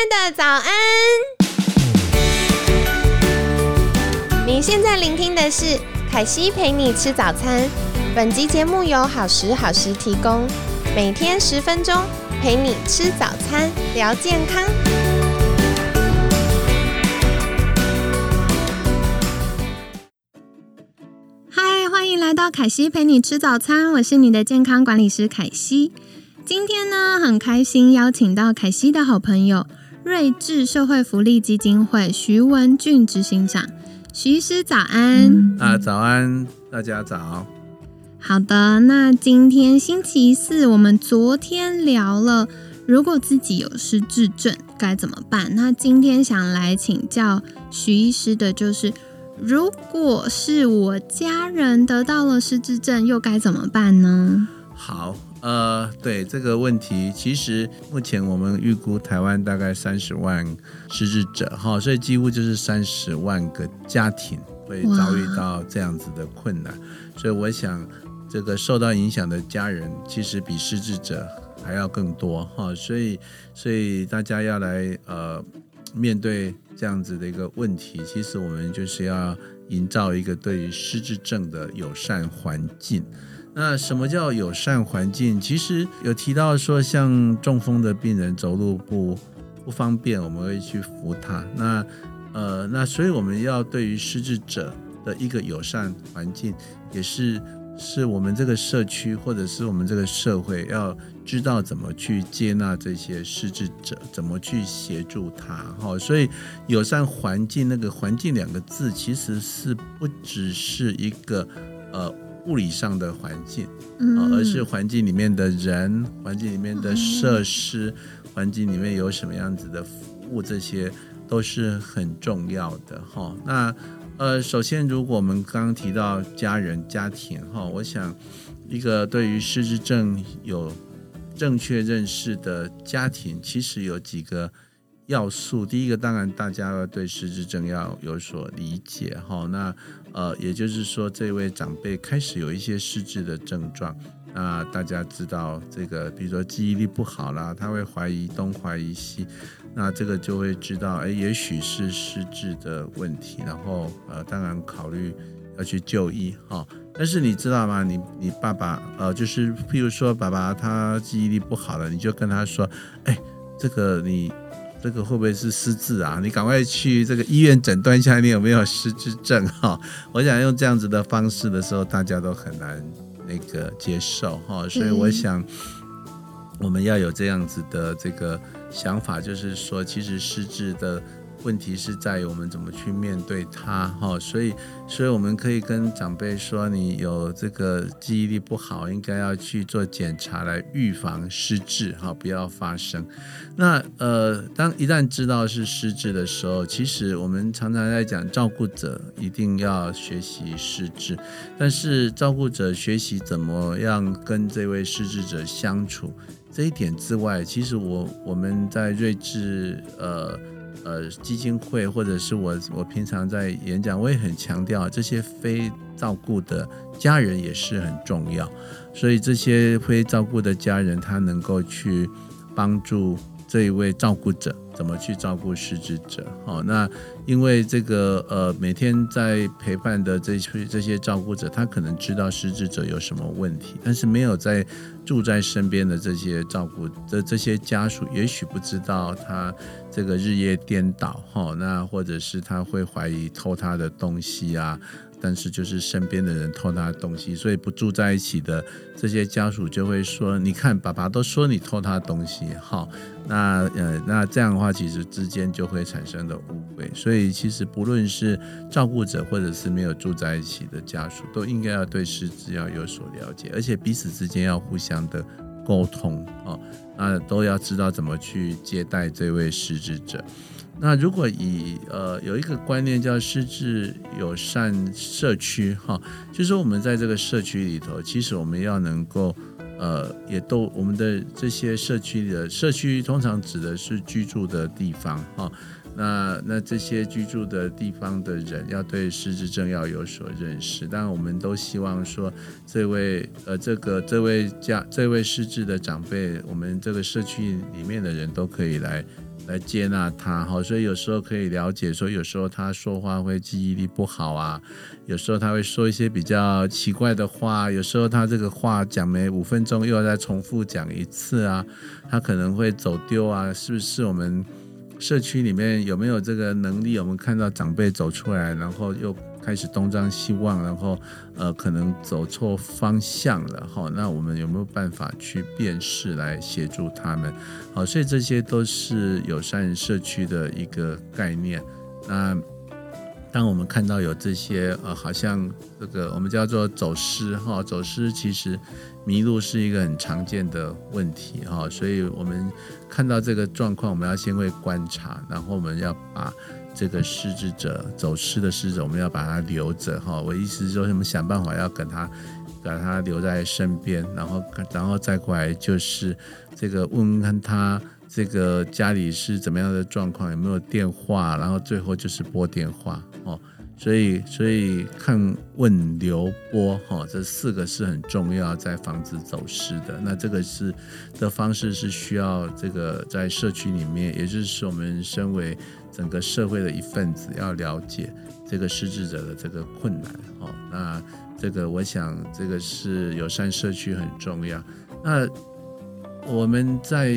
的早安。你现在聆听的是凯西陪你吃早餐。本集节目由好时好食提供，每天10分钟，陪你吃早餐，聊健康。嗨，欢迎来到凯西陪你吃早餐，我是你的健康管理师凯西。今天呢，很开心邀请到凯西的好朋友瑞智社会福利基金会徐文俊执行长。徐医师早安。 早安，大家早。 好的，那今天星期四，我们昨天聊了如果自己有失智症该怎么办。那今天想来请教徐医师的就是，如果是我家人得到了失智症，又该怎么办呢？ 好，对这个问题，其实目前我们预估台湾大概30万失智者，所以几乎就是30万个家庭会遭遇到这样子的困难。所以我想，这个受到影响的家人其实比失智者还要更多，所以大家要来面对这样子的一个问题，其实我们就是要营造一个对于失智症的友善环境。那什么叫友善环境？其实有提到说，像中风的病人走路不方便，我们会去扶他。那所以我们要对于失智者的一个友善环境，也是我们这个社区或者是我们这个社会要知道怎么去接纳这些失智者，怎么去协助他。所以友善环境，那个环境2个字其实是不只是一个物理上的环境，而是环境里面的人，环境里面的设施，环境里面有什么样子的服务，这些都是很重要的。那首先如果我们刚刚提到家人家庭，我想一个对于失智症有正确认识的家庭，其实有几个要素。第一个，当然大家要对失智症要有所理解，那也就是说这位长辈开始有一些失智的症状，那大家知道这个比如说记忆力不好啦，他会怀疑东怀疑西，那这个就会知道也许是失智的问题，然后当然考虑要去就医。但是你知道吗，你爸爸就是譬如说爸爸他记忆力不好了，你就跟他说这个会不会是失智啊？你赶快去这个医院诊断一下你有没有失智症。我想用这样子的方式的时候，大家都很难接受。所以我想我们要有这样子的这个想法，就是说其实失智的问题是在于我们怎么去面对它。所以我们可以跟长辈说，你有这个记忆力不好，应该要去做检查来预防失智，不要发生。那一旦知道是失智的时候，其实我们常常在讲照顾者一定要学习失智，但是照顾者学习怎么样跟这位失智者相处，这一点之外，其实我们在瑞智基金会，或者是我平常在演讲，我也很强调这些非照顾的家人也是很重要。所以这些非照顾的家人，他能够去帮助这一位照顾者怎么去照顾失智者。那因为这个每天在陪伴的这些照顾者，他可能知道失智者有什么问题，但是没有住在身边的这些照顾的这些家属，也许不知道他这个日夜颠倒，那或者是他会怀疑偷他的东西啊，但是就是身边的人偷他的东西，所以不住在一起的这些家属就会说，你看爸爸都说你偷他的东西。那这样的话其实之间就会产生的误会。所以其实不论是照顾者或者是没有住在一起的家属，都应该要对失智要有所了解，而且彼此之间要互相的沟通，都要知道怎么去接待这位失智者。那如果有一个观念叫失智友善社区，就是说我们在这个社区里头，其实我们要能够我们的这些社区通常指的是居住的地方， 那这些居住的地方的人要对失智症要有所认识。当然，我们都希望说，这位失智的长辈，我们这个社区里面的人都可以来接纳他，所以有时候可以了解说，有时候他说话会记忆力不好啊，有时候他会说一些比较奇怪的话，有时候他这个话讲没5分钟又要再重复讲一次啊，他可能会走丢啊，是不是我们社区里面有没有这个能力，我们看到长辈走出来，然后又开始东张西望，然后可能走错方向了，那我们有没有办法去辨识来协助他们？所以这些都是友善社区的一个概念。那当我们看到有这些好像这个我们叫做走失，走失其实迷路是一个很常见的问题，所以我们看到这个状况，我们要先会观察，然后我们要把这个失智者走失的失智者，我们要把他留着，我意思是说，我们想办法要把他留在身边，然后再过来就是这个问问他这个家里是怎么样的状况，有没有电话，然后最后就是拨电话，所以看问留拨这4个是很重要，在防止走失的。那这个的方式是需要这个在社区里面，也就是我们身为整个社会的一份子，要了解这个失智者的这个困难。那这个我想这个是友善社区很重要。那我们在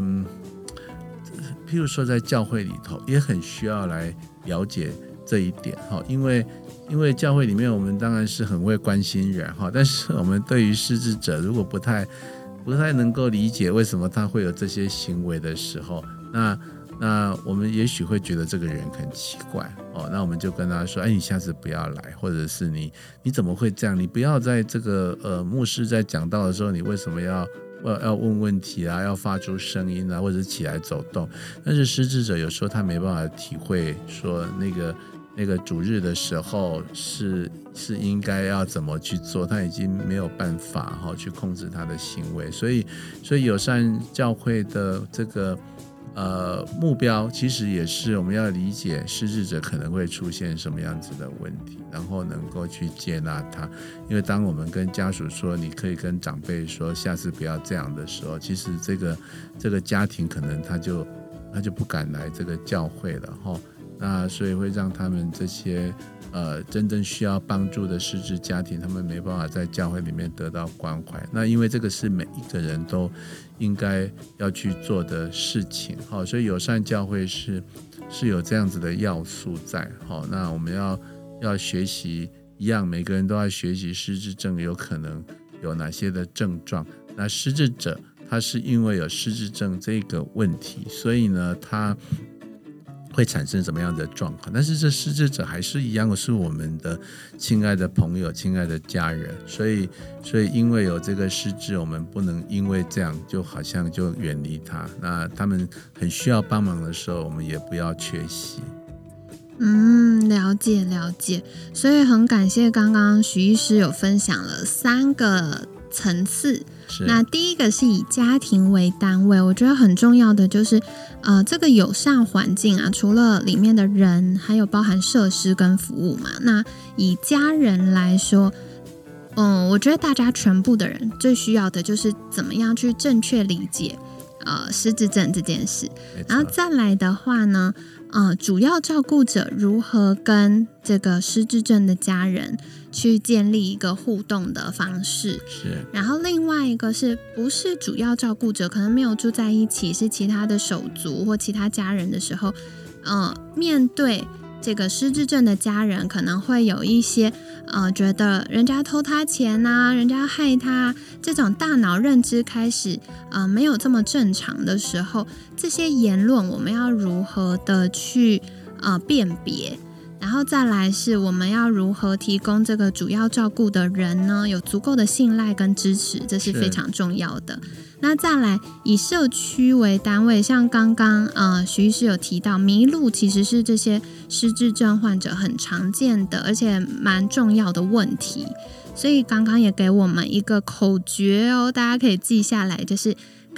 譬如说在教会里头也很需要来了解这一点，因为教会里面我们当然是很会关心人，但是我们对于失智者如果不太能够理解为什么他会有这些行为的时候，那我们也许会觉得这个人很奇怪，那我们就跟他说，你下次不要来，或者是你怎么会这样，你不要在这个牧师在讲道的时候，你为什么要问问题啊，要发出声音啊，或者起来走动。但是失智者有时候他没办法体会说那个主日的时候是应该要怎么去做，他已经没有办法去控制他的行为，所以友善教会的这个目标其实也是我们要理解失智者可能会出现什么样子的问题，然后能够去接纳他。因为当我们跟家属说你可以跟长辈说下次不要这样的时候，其实这个家庭可能他就不敢来这个教会了，那所以会让他们这些真正需要帮助的失智家庭，他们没办法在教会里面得到关怀。那因为这个是每一个人都应该要去做的事情，所以友善教会是有这样子的要素在。那我们要学习一样，每个人都要学习失智症有可能有哪些的症状。那失智者他是因为有失智症这个问题，所以呢他会产生什么样的状况，但是这失智者还是一样是我们的亲爱的朋友、亲爱的家人，所以因为有这个失智，我们不能因为这样就好像就远离他。那他们很需要帮忙的时候，我们也不要缺席。 了解，所以很感谢刚刚许医师有分享了3个层次。那第一个是以家庭为单位，我觉得很重要的就是这个友善环境啊，除了里面的人，还有包含设施跟服务嘛。那以家人来说，我觉得大家全部的人最需要的就是怎么样去正确理解失智症这件事，然后再来的话呢，主要照顾者如何跟这个失智症的家人去建立一个互动的方式，然后另外一个是不是主要照顾者可能没有住在一起，是其他的手足或其他家人的时候，面对这个失智症的家人可能会有一些觉得人家偷他钱啊，人家害他，这种大脑认知开始没有这么正常的时候，这些言论我们要如何的去辨别，然后再来是我们要如何提供这个主要照顾的人呢有足够的信赖跟支持，这是非常重要的。那再来以社区为单位，像刚刚许医师有提到，迷路其实是这些失智症患者很常见的而且蛮重要的问题，所以刚刚也给我们一个口诀大家可以记下来，就是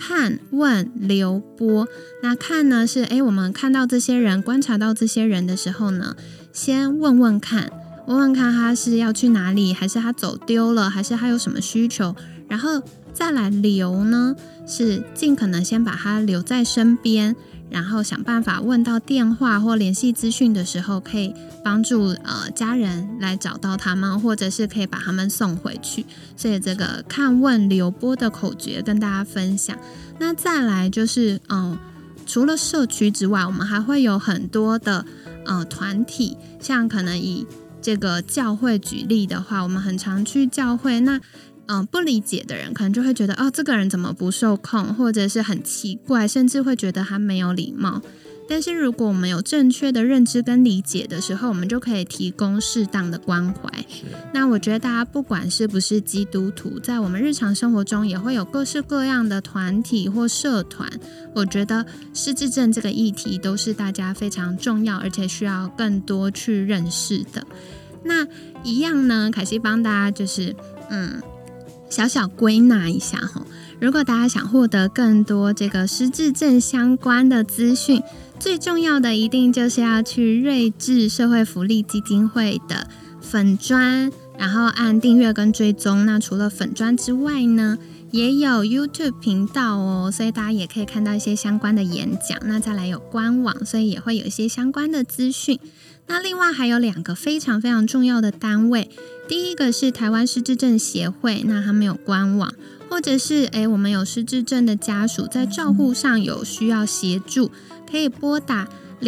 看、问、留、播。那看呢是我们看到这些人，观察到这些人的时候呢，先问问看他是要去哪里，还是他走丢了，还是他有什么需求，然后再来留呢，是尽可能先把他留在身边，然后想办法问到电话或联系资讯的时候，可以帮助家人来找到他们，或者是可以把他们送回去。所以这个看、问、留、播的口诀跟大家分享。那再来就是除了社区之外，我们还会有很多的团体，像可能以这个教会举例的话，我们很常去教会，那不理解的人可能就会觉得这个人怎么不受控，或者是很奇怪，甚至会觉得他没有礼貌。但是如果我们有正确的认知跟理解的时候，我们就可以提供适当的关怀。那我觉得大家不管是不是基督徒，在我们日常生活中也会有各式各样的团体或社团，我觉得失智症这个议题都是大家非常重要而且需要更多去认识的。那一样呢，凯西帮大家就是小小归纳一下齁。如果大家想获得更多这个失智症相关的资讯，最重要的一定就是要去瑞智社会福利基金会的粉专，然后按订阅跟追踪。那除了粉专之外呢，也有 YouTube 频道哦，所以大家也可以看到一些相关的演讲。那再来有官网，所以也会有一些相关的资讯。那另外还有2个非常非常重要的单位，第一个是台湾失智症协会，那他们有官网，或者是我们有失智症的家属在照护上有需要协助，可以拨打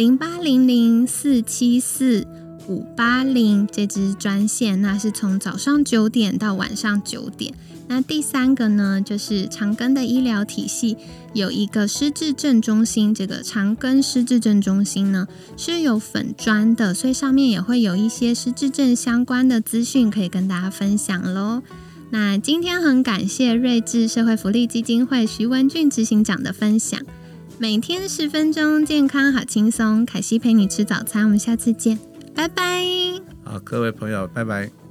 0800474580这支专线，那是从早上9点到晚上9点。那第3个呢，就是长庚的医疗体系有一个失智症中心，这个长庚失智症中心呢是有粉专的，所以上面也会有一些失智症相关的资讯可以跟大家分享咯。那今天很感谢瑞智社会福利基金会徐文俊执行长的分享，每天10分钟，健康好轻松，凯西陪你吃早餐，我们下次见，拜拜。 好，各位朋友，拜拜。